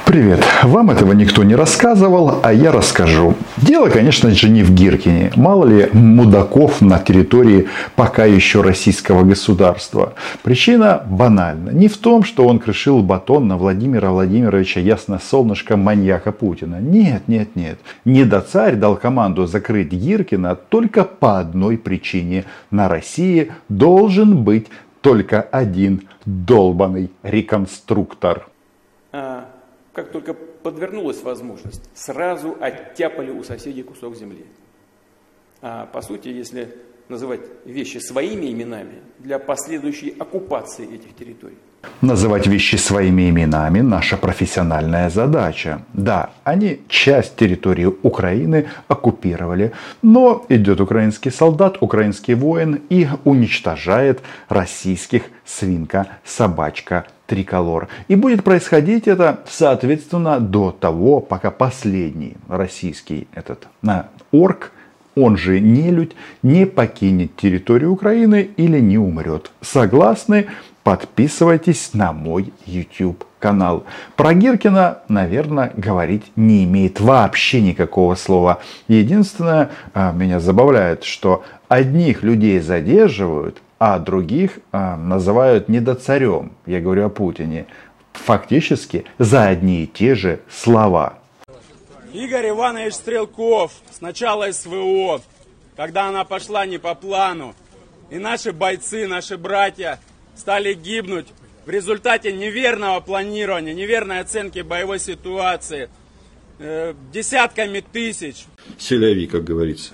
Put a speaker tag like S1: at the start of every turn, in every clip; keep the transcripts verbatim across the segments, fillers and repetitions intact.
S1: Привет! Вам этого никто не рассказывал, а я расскажу. Дело, конечно же, не в Гиркине. Мало ли мудаков на территории пока еще российского государства. Причина банальна. Не в том, что он крышил батон на Владимира Владимировича ясное солнышко маньяка Путина. Нет, нет, нет. Недоцарь дал команду закрыть Гиркина только по одной причине. На России должен быть только один долбанный реконструктор.
S2: А, как только подвернулась возможность, сразу оттяпали у соседей кусок земли. А по сути, если называть вещи своими именами, для последующей оккупации этих территорий.
S1: Называть вещи своими именами – наша профессиональная задача. Да, они часть территории Украины оккупировали, но идет украинский солдат, украинский воин и уничтожает российских свинка, собачка, триколор. И будет происходить это, соответственно, до того, пока последний российский этот на, орк, он же нелюдь, не покинет территорию Украины или не умрет. Согласны? Подписывайтесь на мой YouTube канал. Про Гиркина, наверное, говорить не имеет вообще никакого слова. Единственное, меня забавляет, что одних людей задерживают, а других называют недоцарем. Я говорю о Путине. Фактически за одни и те же слова.
S3: Игорь Иванович Стрелков с начала СВО, когда она пошла не по плану, и наши бойцы, наши братья стали гибнуть в результате неверного планирования, неверной оценки боевой ситуации, э, десятками тысяч.
S4: Селяви, как говорится.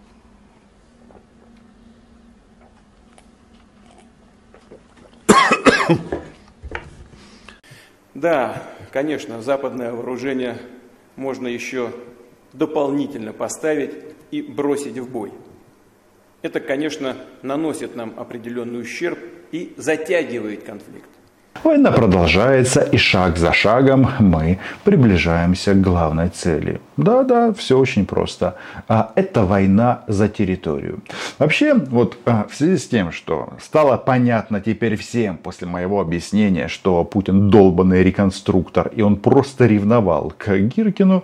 S2: Да, конечно, западное вооружение можно еще дополнительно поставить и бросить в бой. Это, конечно, наносит нам определенный ущерб и затягивает конфликт.
S1: Война продолжается, и шаг за шагом мы приближаемся к главной цели. Да-да, все очень просто. Это война за территорию. Вообще, вот в связи с тем, что стало понятно теперь всем после моего объяснения, что Путин долбанный реконструктор, и он просто ревновал к Гиркину,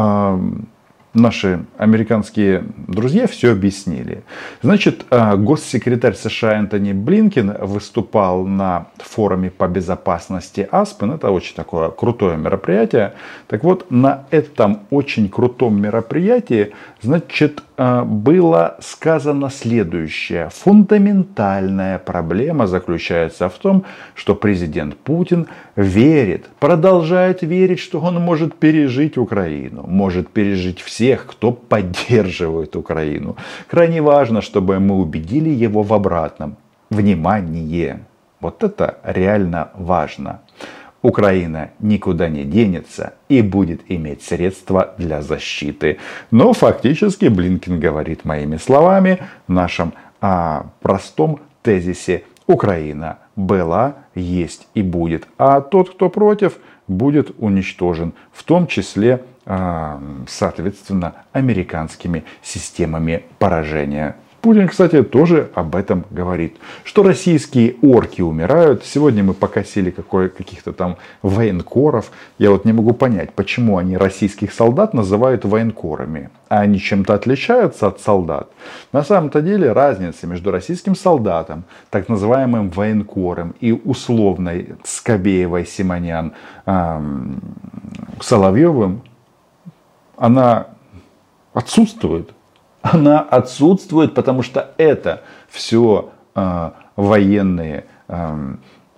S1: наши американские друзья все объяснили. Значит, госсекретарь США Энтони Блинкен выступал на форуме по безопасности Аспен. Это очень такое крутое мероприятие. Так вот, на этом очень крутом мероприятии, значит, было сказано следующее. Фундаментальная проблема заключается в том, что президент Путин верит, продолжает верить, что он может пережить Украину, может пережить всех, кто поддерживает Украину. Крайне важно, чтобы мы убедили его в обратном. Внимание! Вот это реально важно. Украина никуда не денется и будет иметь средства для защиты. Но фактически Блинкен говорит моими словами, в нашем а, простом тезисе: Украина была, есть и будет. А тот, кто против, будет уничтожен. В том числе, а, соответственно, американскими системами поражения. Путин, кстати, тоже об этом говорит, что российские орки умирают. Сегодня мы покосили какой, каких-то там военкоров. Я вот не могу понять, почему они российских солдат называют военкорами. А они чем-то отличаются от солдат. На самом-то деле разница между российским солдатом, так называемым военкором, и условной Скобеевой, Симонян, эм, Соловьевым, она отсутствует. Она отсутствует, потому что это все э, военные э,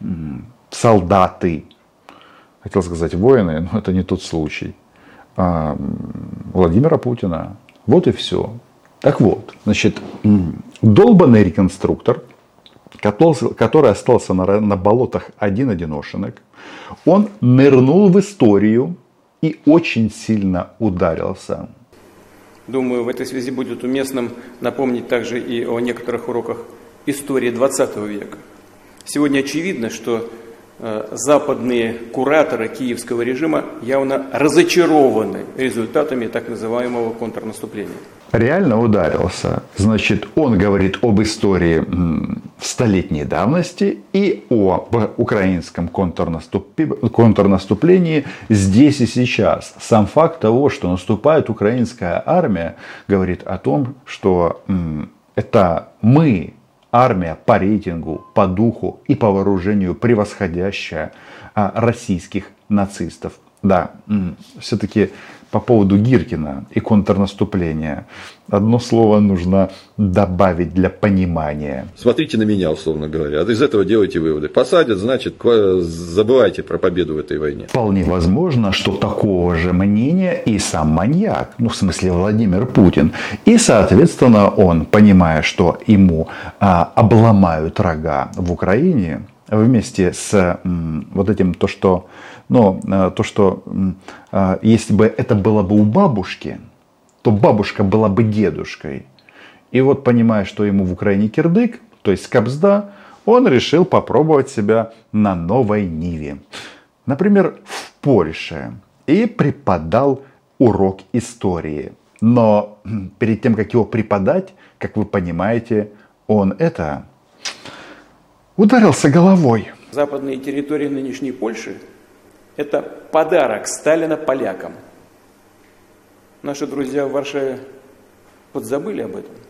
S1: солдаты. Хотел сказать воины, но это не тот случай. Э, Владимира Путина. Вот и все. Так вот, значит, долбанный реконструктор, который остался на, на болотах один-одинешенек, он нырнул в историю и очень сильно ударился.
S2: Думаю, в этой связи будет уместным напомнить также и о некоторых уроках истории двадцатого века. Сегодня очевидно, что западные кураторы киевского режима явно разочарованы результатами так называемого контрнаступления.
S1: Реально ударился. Значит, он говорит об истории столетней давности и об украинском контрнаступлении здесь и сейчас. Сам факт того, что наступает украинская армия, говорит о том, что это мы, армия по рейтингу, по духу и по вооружению превосходящая российских нацистов. Да, все-таки по поводу Гиркина и контрнаступления одно слово нужно добавить для понимания.
S4: Смотрите на меня, условно говоря, а из этого делайте выводы. Посадят, значит, забывайте про победу в этой войне.
S1: Вполне возможно, что такого же мнения и сам маньяк, ну в смысле Владимир Путин. И, соответственно, он, понимая, что ему а, обломают рога в Украине, вместе с м, вот этим, то, что, ну, то, что э, если бы это было бы у бабушки, то бабушка была бы дедушкой. И вот, понимая, что ему в Украине кирдык, то есть кабзда, он решил попробовать себя на новой ниве. Например, в Польше. И преподал урок истории. Но перед тем, как его преподать, как вы понимаете, он это... ударился головой.
S2: Западные территории нынешней Польши – это подарок Сталина полякам. Наши друзья в Варшаве подзабыли об этом.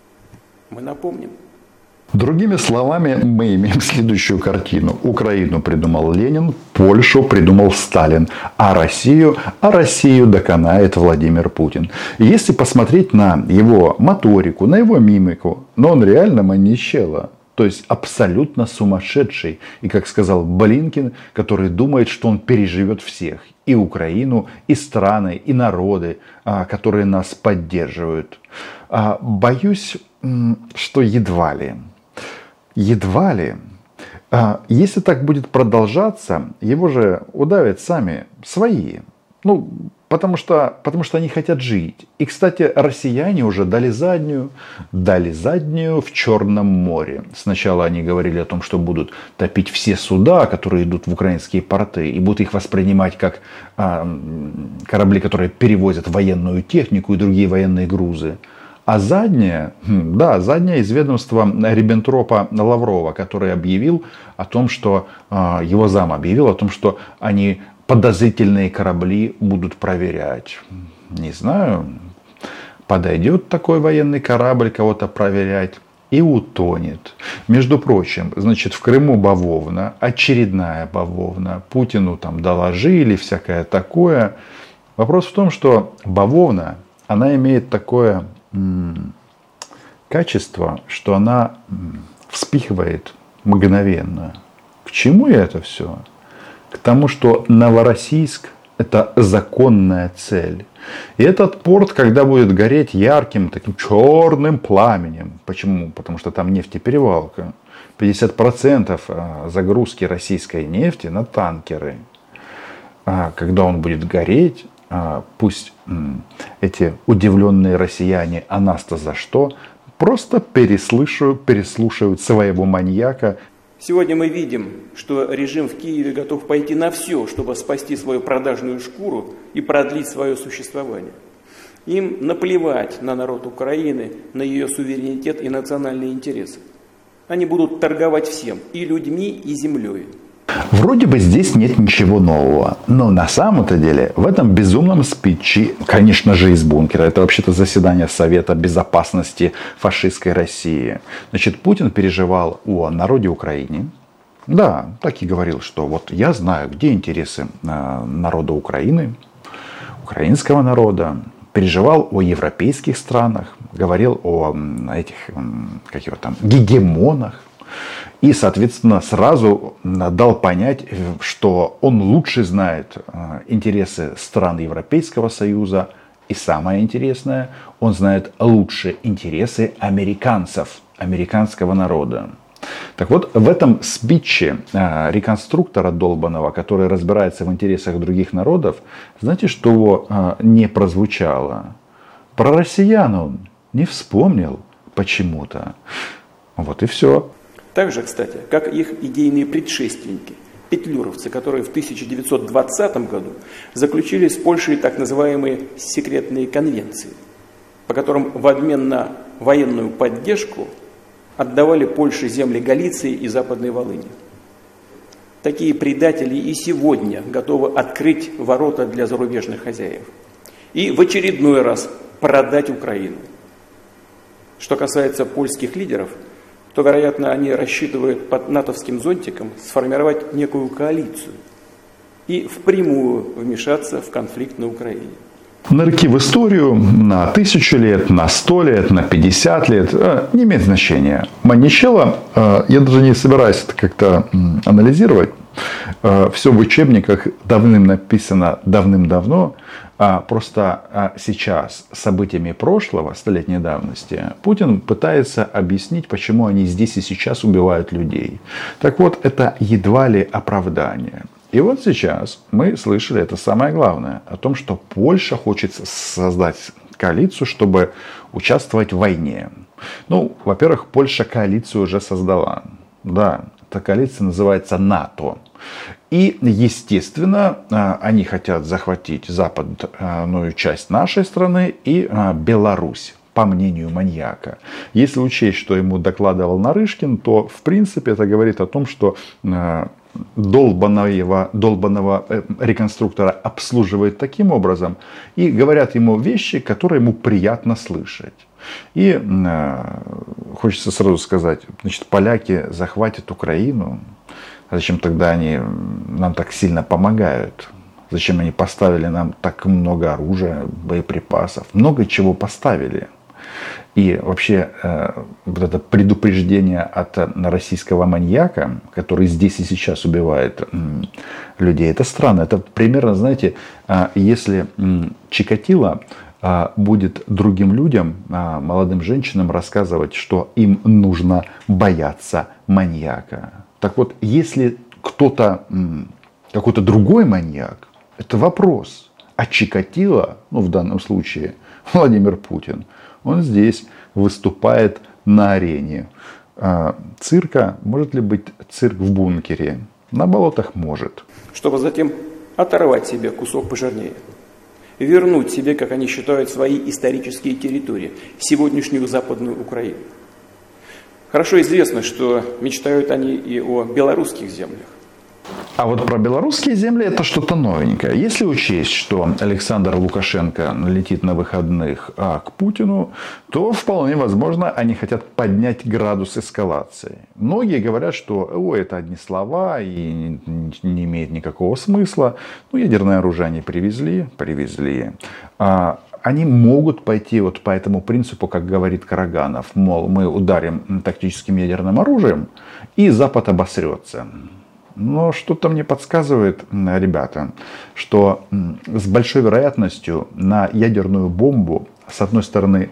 S2: Мы напомним.
S1: Другими словами, мы имеем следующую картину. Украину придумал Ленин, Польшу придумал Сталин, а Россию, а Россию доконает Владимир Путин. И если посмотреть на его моторику, на его мимику, но он реально маньячелло. То есть абсолютно сумасшедший. И, как сказал Блинкен, который думает, что он переживет всех. И Украину, и страны, и народы, которые нас поддерживают. Боюсь, что едва ли. Едва ли. Если так будет продолжаться, его же удавят сами свои. Ну, потому что, потому что они хотят жить. И, кстати, россияне уже дали заднюю, дали заднюю в Черном море. Сначала они говорили о том, что будут топить все суда, которые идут в украинские порты, и будут их воспринимать как а, корабли, которые перевозят военную технику и другие военные грузы. А задняя, да, задняя из ведомства Риббентропа Лаврова, который объявил о том, что, а, его зам объявил о том, что они... подозрительные корабли будут проверять. Не знаю, подойдет такой военный корабль кого-то проверять и утонет. Между прочим, значит, в Крыму бавовна, очередная бавовна. Путину там доложили, всякое такое. Вопрос в том, что бавовна, она имеет такое м- качество, что она м- вспихивает мгновенно. К чему я это все? К тому, что Новороссийск – это законная цель. И этот порт, когда будет гореть ярким, таким черным пламенем. Почему? Потому что там нефтеперевалка. пятьдесят процентов загрузки российской нефти на танкеры. Когда он будет гореть, пусть эти удивленные россияне, а нас-то за что, просто переслушают, переслушают своего маньяка.
S2: Сегодня мы видим, что режим в Киеве готов пойти на все, чтобы спасти свою продажную шкуру и продлить свое существование. Им наплевать на народ Украины, на ее суверенитет и национальные интересы. Они будут торговать всем, и людьми, и землей.
S1: Вроде бы здесь нет ничего нового, но на самом-то деле в этом безумном спиче, конечно же, из бункера, это вообще-то заседание Совета Безопасности фашистской России. Значит, Путин переживал о народе Украины. Да, так и говорил, что вот я знаю, где интересы народа Украины, украинского народа. Переживал о европейских странах, говорил о этих, как его там, гегемонах. И, соответственно, сразу дал понять, что он лучше знает интересы стран Европейского Союза. И самое интересное, он знает лучше интересы американцев, американского народа. Так вот, в этом спиче реконструктора долбаного, который разбирается в интересах других народов, знаете, что не прозвучало? Про россиян он не вспомнил почему-то. Вот и все.
S2: Так же, кстати, как их идейные предшественники. петлюровцы, которые в тысяча девятьсот двадцатом году заключили с Польшей так называемые секретные конвенции, по которым в обмен на военную поддержку отдавали Польше земли Галиции и Западной Волыни. Такие предатели и сегодня готовы открыть ворота для зарубежных хозяев и в очередной раз продать Украину. Что касается польских лидеров, то, вероятно, они рассчитывают под натовским зонтиком сформировать некую коалицию и впрямую вмешаться в конфликт на Украине.
S1: Нырки в историю на тысячу лет, на сто лет, на пятьдесят лет не имеет значения. Маничелло, я даже не собираюсь это как-то анализировать. Все в учебниках давным написано давным-давно. Просто сейчас событиями прошлого, столетней давности, Путин пытается объяснить, почему они здесь и сейчас убивают людей. Так вот, это едва ли оправдание. И вот сейчас мы слышали это самое главное, о том, что Польша хочет создать коалицию, чтобы участвовать в войне. Ну, во-первых, Польша коалицию уже создала. Да, эта коалиция называется НАТО. И, естественно, они хотят захватить западную часть нашей страны и Беларусь, по мнению маньяка. Если учесть, что ему докладывал Нарышкин, то, в принципе, это говорит о том, что долбаного, долбаного реконструктора обслуживают таким образом и говорят ему вещи, которые ему приятно слышать. И э, хочется сразу сказать, значит, поляки захватят Украину. А зачем тогда они нам так сильно помогают? Зачем они поставили нам так много оружия, боеприпасов? Много чего поставили. И вообще э, вот это предупреждение от российского маньяка, который здесь и сейчас убивает э, людей, это странно. Это примерно, знаете, э, если э, Чикатило э, будет другим людям, э, молодым женщинам рассказывать, что им нужно бояться маньяка. Так вот, если кто-то, э, какой-то другой маньяк, это вопрос. А Чикатило, ну в данном случае Владимир Путин, он здесь выступает на арене цирка. Может ли быть цирк в бункере? На болотах может.
S2: Чтобы затем оторвать себе кусок пожирнее. Вернуть себе, как они считают, свои исторические территории, сегодняшнюю Западную Украину. Хорошо известно, что мечтают они и о белорусских землях.
S1: А вот про белорусские земли это что-то новенькое. Если учесть, что Александр Лукашенко летит на выходных а, к Путину, то вполне возможно они хотят поднять градус эскалации. Многие говорят, что о, это одни слова и не, не имеет никакого смысла. Ну, ядерное оружие они привезли, привезли. А, они могут пойти вот по этому принципу, как говорит Караганов. Мол, мы ударим тактическим ядерным оружием, и Запад обосрется. Но что-то мне подсказывает, ребята, что с большой вероятностью на ядерную бомбу, с одной стороны,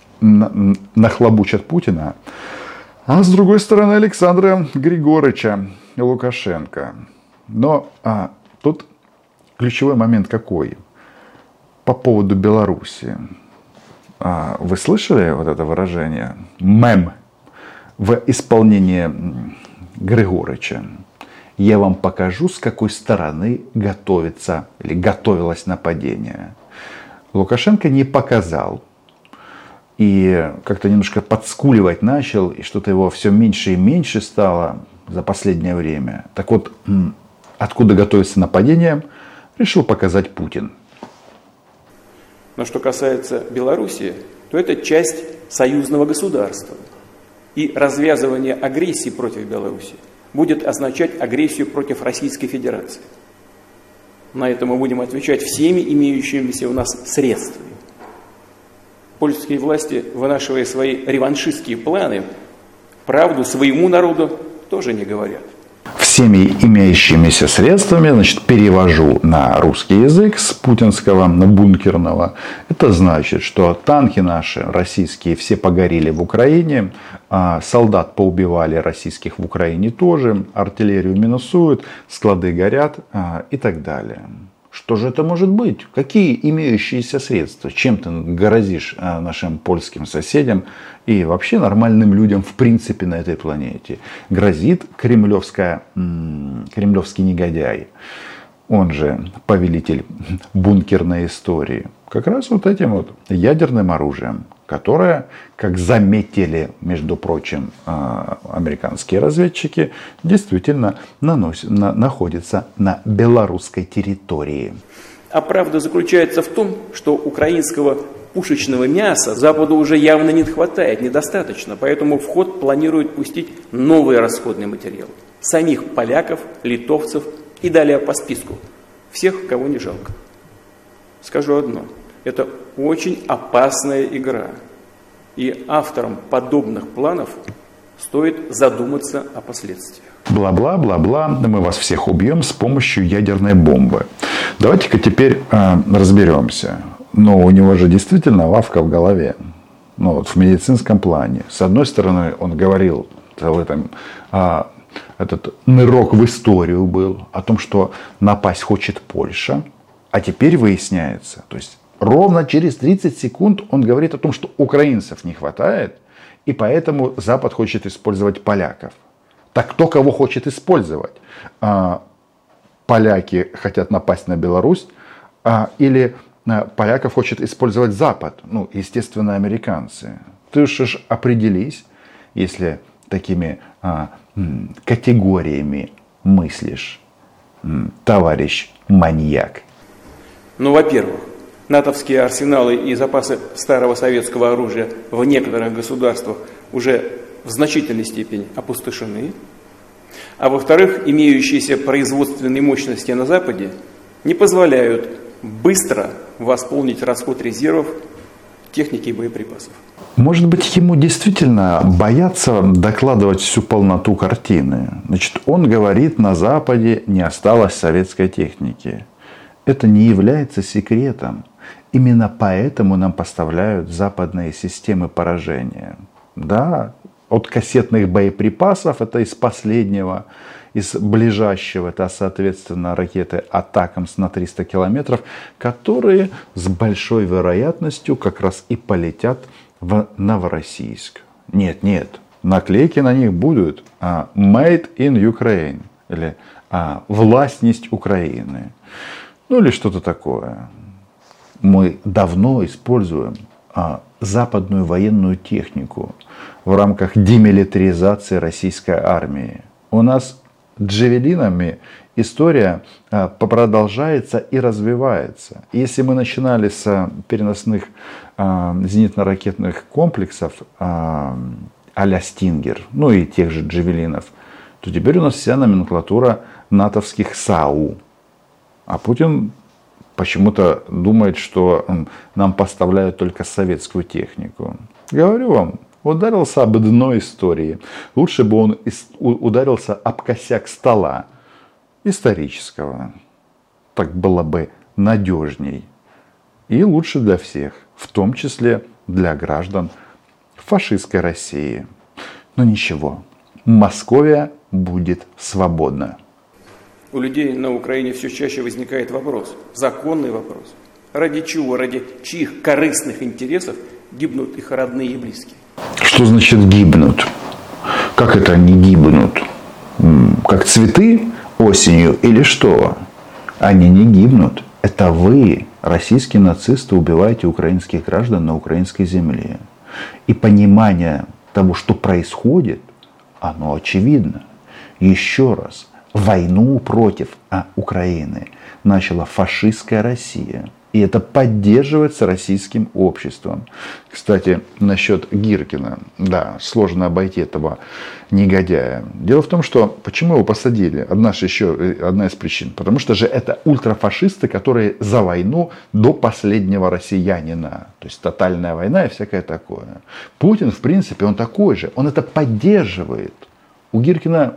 S1: нахлобучат Путина, а с другой стороны Александра Григорьевича Лукашенко. Но а, тут ключевой момент какой? По поводу Беларуси. А, вы слышали вот это выражение? Мем в исполнении Григорьевича. Я вам покажу, с какой стороны готовится или готовилось нападение. Лукашенко не показал. И как-то немножко подскуливать начал. И что-то его все меньше и меньше стало за последнее время. Так вот, откуда готовится нападение, решил показать Путин.
S2: Но что касается Белоруссии, то это часть союзного государства. И развязывание агрессии против Беларуси будет означать агрессию против Российской Федерации. На это мы будем отвечать всеми имеющимися у нас средствами. Польские власти, вынашивая свои реваншистские планы, правду своему народу тоже не говорят.
S1: Всеми имеющимися средствами, значит, перевожу на русский язык с путинского на бункерного. Это значит, что танки наши российские все погорели в Украине, солдат поубивали российских в Украине тоже, артиллерию минусуют, склады горят и так далее. Что же это может быть? Какие имеющиеся средства? Чем ты грозишь нашим польским соседям и вообще нормальным людям в принципе на этой планете? Грозит кремлевская, кремлевский негодяй, он же повелитель бункерной истории, как раз вот этим вот ядерным оружием, которое, как заметили, между прочим, американские разведчики, действительно наносит, на, находится на белорусской территории.
S2: А правда заключается в том, что украинского пушечного мяса Западу уже явно не хватает, недостаточно, поэтому в ход планируют пустить новый расходный материал. Самих поляков, литовцев и далее по списку. Всех, кого не жалко. Скажу одно. Это очень опасная игра. И авторам подобных планов стоит задуматься о последствиях.
S1: Бла-бла-бла-бла, мы вас всех убьем с помощью ядерной бомбы. Давайте-ка теперь э, разберемся. Но у него же действительно лавка в голове. Ну, вот в медицинском плане. С одной стороны, он говорил в этом... Э, этот нырок в историю был о том, что напасть хочет Польша. А теперь выясняется, то есть ровно через тридцать секунд он говорит о том, что украинцев не хватает, и поэтому Запад хочет использовать поляков. Так кто кого хочет использовать? А, поляки хотят напасть на Беларусь, а, или а, поляков хочет использовать Запад? Ну, естественно, американцы. Ты уж определись, если такими а, м, категориями мыслишь, м, товарищ маньяк.
S2: Ну, во-первых, натовские арсеналы и запасы старого советского оружия в некоторых государствах уже в значительной степени опустошены. А во-вторых, имеющиеся производственные мощности на Западе не позволяют быстро восполнить расход резервов техники и боеприпасов.
S1: Может быть, ему действительно боятся докладывать всю полноту картины. Значит, он говорит, на Западе не осталось советской техники. Это не является секретом. Именно поэтому нам поставляют западные системы поражения. Да, от кассетных боеприпасов, это из последнего, из ближайшего, это, соответственно, ракеты «Атакамс» на триста километров, которые с большой вероятностью как раз и полетят в Новороссийск. Нет, нет, наклейки на них будут а, «Made in Ukraine» или а, «Властность Украины». Ну или что-то такое. Мы давно используем а, западную военную технику в рамках демилитаризации российской армии. У нас джавелинами история а, продолжается и развивается. Если мы начинали с переносных а, зенитно-ракетных комплексов а, а-ля «Стингер», ну и тех же джавелинов, то теперь у нас вся номенклатура натовских САУ. А Путин почему-то думает, что нам поставляют только советскую технику. Говорю вам, ударился об дно истории. Лучше бы он ударился об косяк стола исторического. Так было бы надежней. И лучше для всех, в том числе для граждан фашистской России. Но ничего, Московия будет свободна.
S2: У людей на Украине все чаще возникает вопрос, законный вопрос. Ради чего, ради чьих корыстных интересов гибнут их родные и близкие?
S1: Что значит гибнут? Как это они гибнут? Как цветы осенью или что? Они не гибнут. Это вы, российские нацисты, убиваете украинских граждан на украинской земле. И понимание того, что происходит, оно очевидно. Еще раз. Войну против а, Украины начала фашистская Россия. И это поддерживается российским обществом. Кстати, насчет Гиркина. Да, сложно обойти этого негодяя. Дело в том, что почему его посадили? Одна, еще, одна из причин. Потому что же это ультрафашисты, которые за войну до последнего россиянина. То есть тотальная война и всякое такое. Путин, в принципе, он такой же. Он это поддерживает. У Гиркина...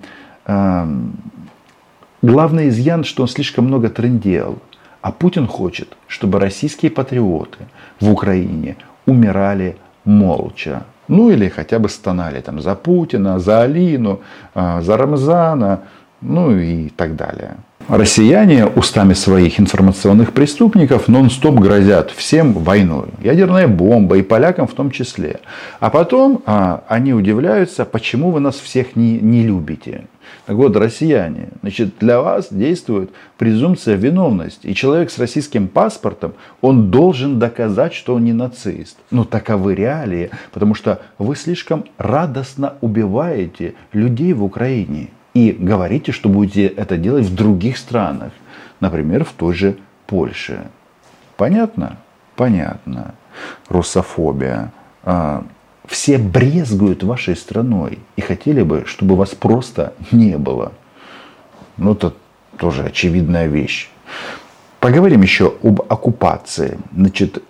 S1: Главный изъян, что он слишком много трындел. А Путин хочет, чтобы российские патриоты в Украине умирали молча. Ну или хотя бы стонали там за Путина, за Алину, за Рамзана, ну и так далее. россияне устами своих информационных преступников нон-стоп грозят всем войной. Ядерная бомба и полякам в том числе. А потом а, они удивляются, почему вы нас всех не, не любите. Так вот, россияне, значит, для вас действует презумпция виновности. И человек с российским паспортом, он должен доказать, что он не нацист. Но таковы реалии, потому что вы слишком радостно убиваете людей в Украине. И говорите, что будете это делать в других странах. Например, в той же Польше. Понятно? Понятно. Русофобия. Все брезгуют вашей страной. И хотели бы, чтобы вас просто не было. Ну, это тоже очевидная вещь. Поговорим еще об оккупации. Значит,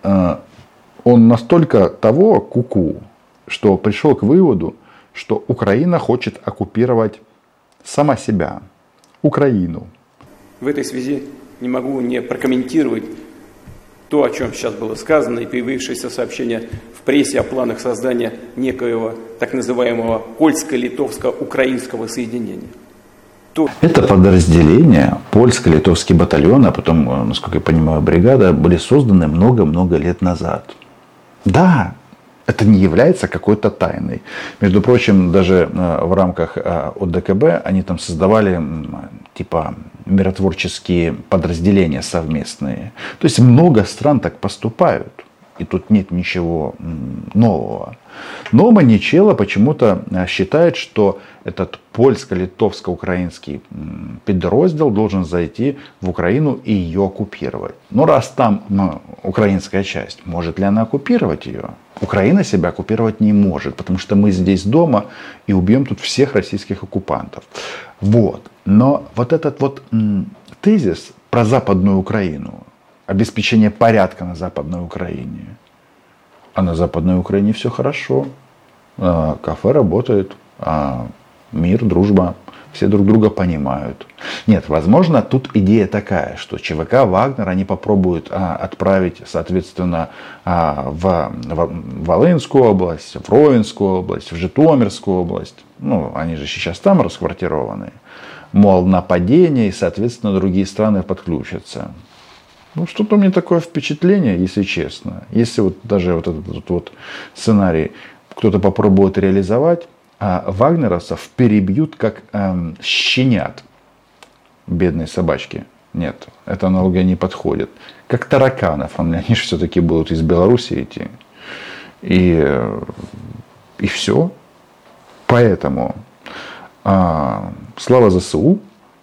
S1: он настолько того куку, что пришел к выводу, что Украина хочет оккупировать сама себя, Украину.
S2: В этой связи не могу не прокомментировать то, о чем сейчас было сказано, и появившееся сообщение в прессе о планах создания некоего так называемого польско-литовско-украинского соединения. То...
S1: Это подразделение, польско-литовский батальон, а потом, насколько я понимаю, бригада, были созданы много-много лет назад. Да, это не является какой-то тайной. Между прочим, даже в рамках ОДКБ они там создавали типа миротворческие подразделения совместные. То есть много стран так поступают. И тут нет ничего нового. Но Маничела почему-то считает, что этот польско-литовско-украинский подраздел должен зайти в Украину и ее оккупировать. Но раз там ну, украинская часть, может ли она оккупировать ее? Украина себя оккупировать не может, потому что мы здесь дома и убьем тут всех российских оккупантов. Вот. Но вот этот вот м, тезис про Западную Украину, обеспечение порядка на Западной Украине. А на Западной Украине все хорошо. Кафе работает. Мир, дружба. Все друг друга понимают. Нет, возможно, тут идея такая, что ЧВК «Вагнер» они попробуют отправить, соответственно, в Волынскую область, в Ровенскую область, в Житомирскую область. Ну, они же сейчас там расквартированы. Мол, нападение, и, соответственно, другие страны подключатся. Ну, что-то у меня такое впечатление, если честно. Если вот даже вот этот вот сценарий кто-то попробует реализовать, а вагнеровцев перебьют как эм, щенят. Бедные собачки. Нет, эта аналогия не подходит. Как тараканов. Они же все-таки будут из Беларуси идти. И, и все. Поэтому э, слава ЗСУ.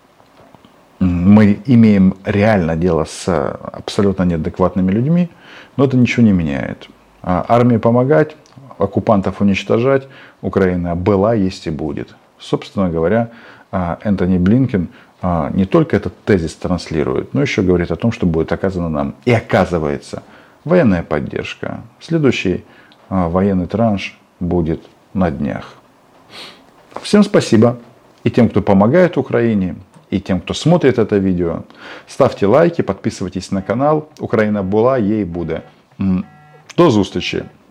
S1: Мы имеем реально дело с абсолютно неадекватными людьми, но это ничего не меняет. Армии помогать, оккупантов уничтожать, Украина была, есть и будет. Собственно говоря, Энтони Блинкен не только этот тезис транслирует, но еще говорит о том, что будет оказана нам и оказывается военная поддержка. Следующий военный транш будет на днях. Всем спасибо и тем, кто помогает Украине, и тем, кто смотрит это видео. Ставьте лайки, подписывайтесь на канал. Украина була, їй буде. До зустрічі!